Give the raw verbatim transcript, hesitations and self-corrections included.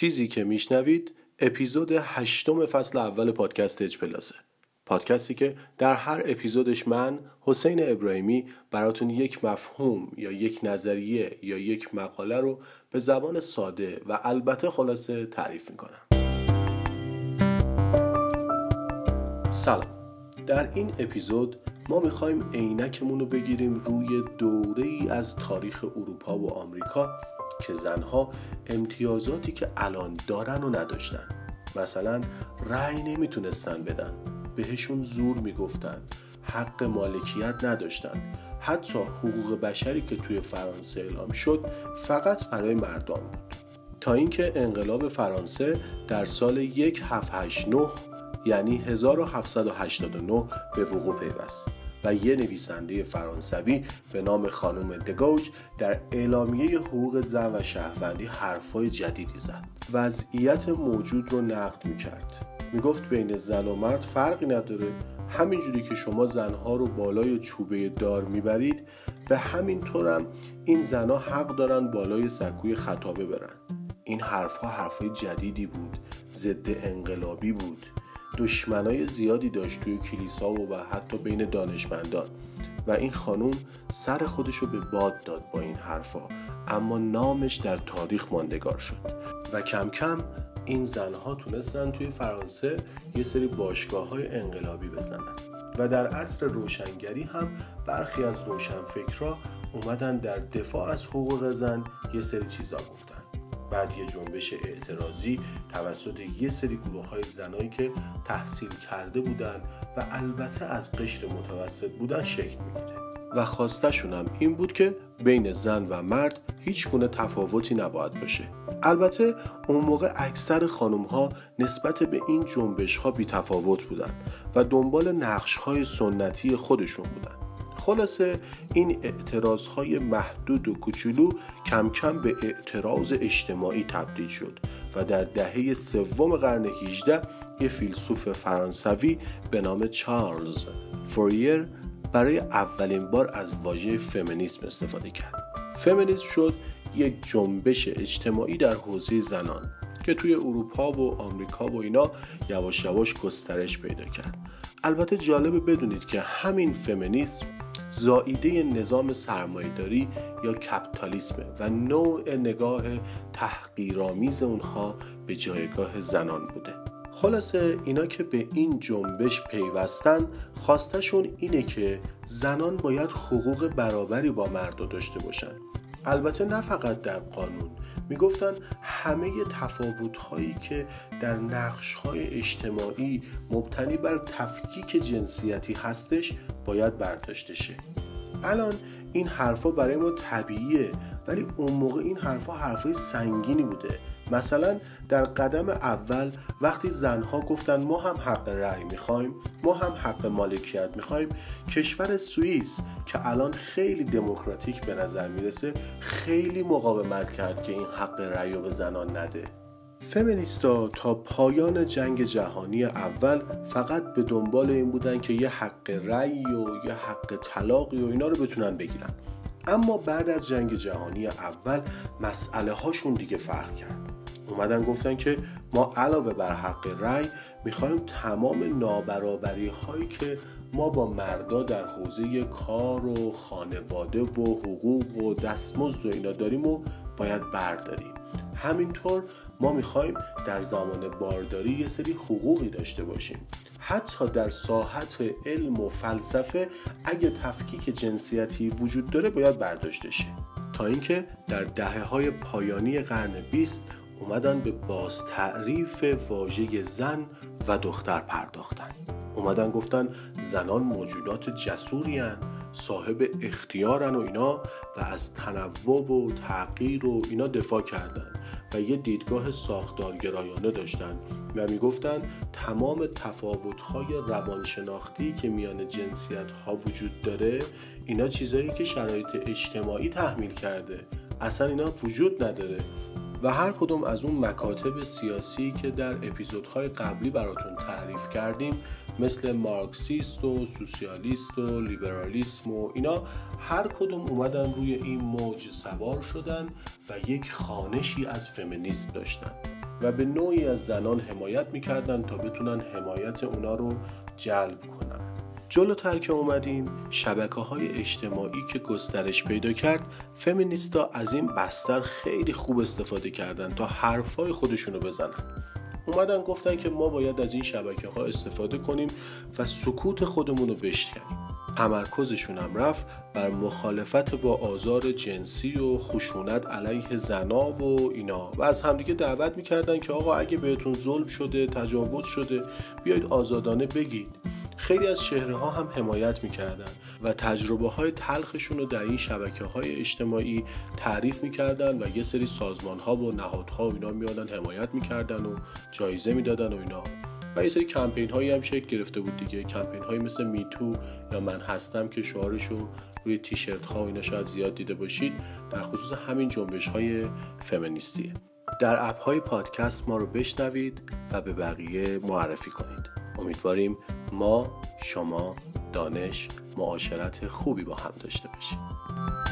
چیزی که میشنوید اپیزود هشتم فصل اول پادکست اچ پلاسه. پادکستی که در هر اپیزودش من حسین ابراهیمی براتون یک مفهوم یا یک نظریه یا یک مقاله رو به زبان ساده و البته خلاصه تعریف میکنم. سلام. در این اپیزود ما میخوایم عینکمون رو بگیریم روی دوره‌ای از تاریخ اروپا و آمریکا که زنها امتیازاتی که الان دارن و نداشتن. مثلا رأی نمیتونستن بدن، بهشون زور میگفتن، حق مالکیت نداشتن. حتی حقوق بشری که توی فرانسه اعلام شد فقط برای مردان بود. تا اینکه انقلاب فرانسه در سال هزار و هفتصد و هشتاد و نه یعنی هزار و هفتصد و هشتاد و نه به وقوع پیوست و یه نویسنده فرانسوی به نام خانم دگوژ در اعلامیه حقوق زن و شهروندی حرفای جدیدی زد. وضعیت موجود رو نقد می‌کرد. میگفت بین زن و مرد فرقی نداره، همینجوری که شما زنها رو بالای چوبه دار میبرید به همین طورم این زنها حق دارن بالای سکوی خطابه برن. این حرفها حرفای جدیدی بود، ضد انقلابی بود، دشمنای زیادی داشت توی کلیسا و حتی بین دانشمندان و این خانوم سر خودشو به باد داد با این حرفا، اما نامش در تاریخ ماندگار شد و کم کم این زنها تونستن توی فرانسه یه سری باشگاه‌های انقلابی بزنن و در عصر روشنگری هم برخی از روشنفکرها اومدن در دفاع از حقوق زن یه سری چیزا گفتن. بعد یه جنبش اعتراضی توسط یه سری گروه‌های زنایی که تحصیل کرده بودن و البته از قشر متوسط بودن شکل میگیره و خواستشون هم این بود که بین زن و مرد هیچ گونه تفاوتی نباید باشه. البته اون موقع اکثر خانم‌ها نسبت به این جنبش‌ها بی تفاوت بودن و دنبال نقش‌های سنتی خودشون بودن. خلاصه این اعتراضهای محدود و کوچولو کم کم به اعتراض اجتماعی تبدیل شد و در دهه سوم قرن هجدهم یک فیلسوف فرانسوی به نام چارلز فوریر برای اولین بار از واژه فمینیسم استفاده کرد. فمینیسم شد یک جنبش اجتماعی در حوزه زنان که توی اروپا و آمریکا و اینا یواش یواش گسترش پیدا کرد. البته جالبه بدونید که همین فمینیسم زائیده نظام سرمایه‌داری یا کپیتالیسمه و نوع نگاه تحقیرآمیز اونها به جایگاه زنان بوده. خلاصه اینا که به این جنبش پیوستن خواستشون اینه که زنان باید حقوق برابری با مردا داشته باشن. البته نه فقط در قانون، میگفتن همه تفاوت‌هایی که در نقش‌های اجتماعی مبتنی بر تفکیک جنسیتی هستش باید برداشته شه. الان این حرفا برای ما طبیعیه، ولی اون موقع این حرفا حرفای سنگینی بوده. مثلا در قدم اول وقتی زنها گفتن ما هم حق رأی میخوایم، ما هم حق مالکیت میخوایم، کشور سوئیس که الان خیلی دموکراتیک به نظر میرسه خیلی مقاومت کرد که این حق رأی رو به زنان نده. فمینیستا تا پایان جنگ جهانی اول فقط به دنبال این بودن که یه حق رأی و یه حق طلاقی و اینا رو بتونن بگیرن. اما بعد از جنگ جهانی اول مسئله هاشون دیگه فرق کرد. اومدن گفتن که ما علاوه بر حق رأی میخوایم تمام نابرابری هایی که ما با مردا در حوزه کار و خانواده و حقوق و دستمزد و اینا داریم و باید برداریم. همینطور ما میخوایم در زمان بارداری یه سری حقوقی داشته باشیم. حتی در ساحت علم و فلسفه اگه تفکیک جنسیتی وجود داره باید برداشته شه. تا اینکه در دهه‌های پایانی قرن بیست اومدن به باز تعریف واژه زن و دختر پرداختن. اومدن گفتن زنان موجودات جسوری هن، صاحب اختیارن و اینا و از تنوع و تغییر و اینا دفاع کردن و یه دیدگاه ساختارگرایانه داشتن و میگفتن تمام تفاوت‌های روانشناختی که میان جنسیت‌ها وجود داره اینا چیزایی که شرایط اجتماعی تحمیل کرده، اصلا اینا وجود نداره. و هر کدوم از اون مکاتب سیاسی که در اپیزودهای قبلی براتون تعریف کردیم مثل مارکسیست و سوسیالیست و لیبرالیسم و اینا هر کدوم اومدن روی این موج سوار شدن و یک خوانشی از فمینیسم داشتن و به نوعی از زنان حمایت میکردن تا بتونن حمایت اونا رو جلب کنن. جلوتر که اومدیم، شبکه‌های اجتماعی که گسترش پیدا کرد، فمینیستا از این بستر خیلی خوب استفاده کردن تا حرفای خودشونو بزنن. اومدن گفتن که ما باید از این شبکه‌ها استفاده کنیم و سکوت خودمون رو بشکنیم. تمرکزشون هم رفت بر مخالفت با آزار جنسی و خشونت علیه زنا و اینا و از همدیگه دعوت میکردن که آقا اگه بهتون ظلم شده، تجاوز شده، بیایید آزادانه بگید. خیلی از چهره‌ها هم حمایت میکردن و تجربه‌های تلخشون رو در این شبکه‌های اجتماعی تعریف میکردن و یه سری سازمان‌ها و نهادها و اینا میادن حمایت میکردن و جایزه میدادن و اینا. و یه سری کمپین هایی هم شکل گرفته بود دیگه، کمپین هایی مثل میتو یا من هستم که شعارشو روی تیشرت ها و اینا شاید زیاد دیده باشید، در خصوص همین جنبش های فمینیستیه. در اپ های پادکست ما رو بشنوید و به بقیه معرفی کنید. امیدواریم ما، شما، دانش، معاشرت خوبی با هم داشته باشیم.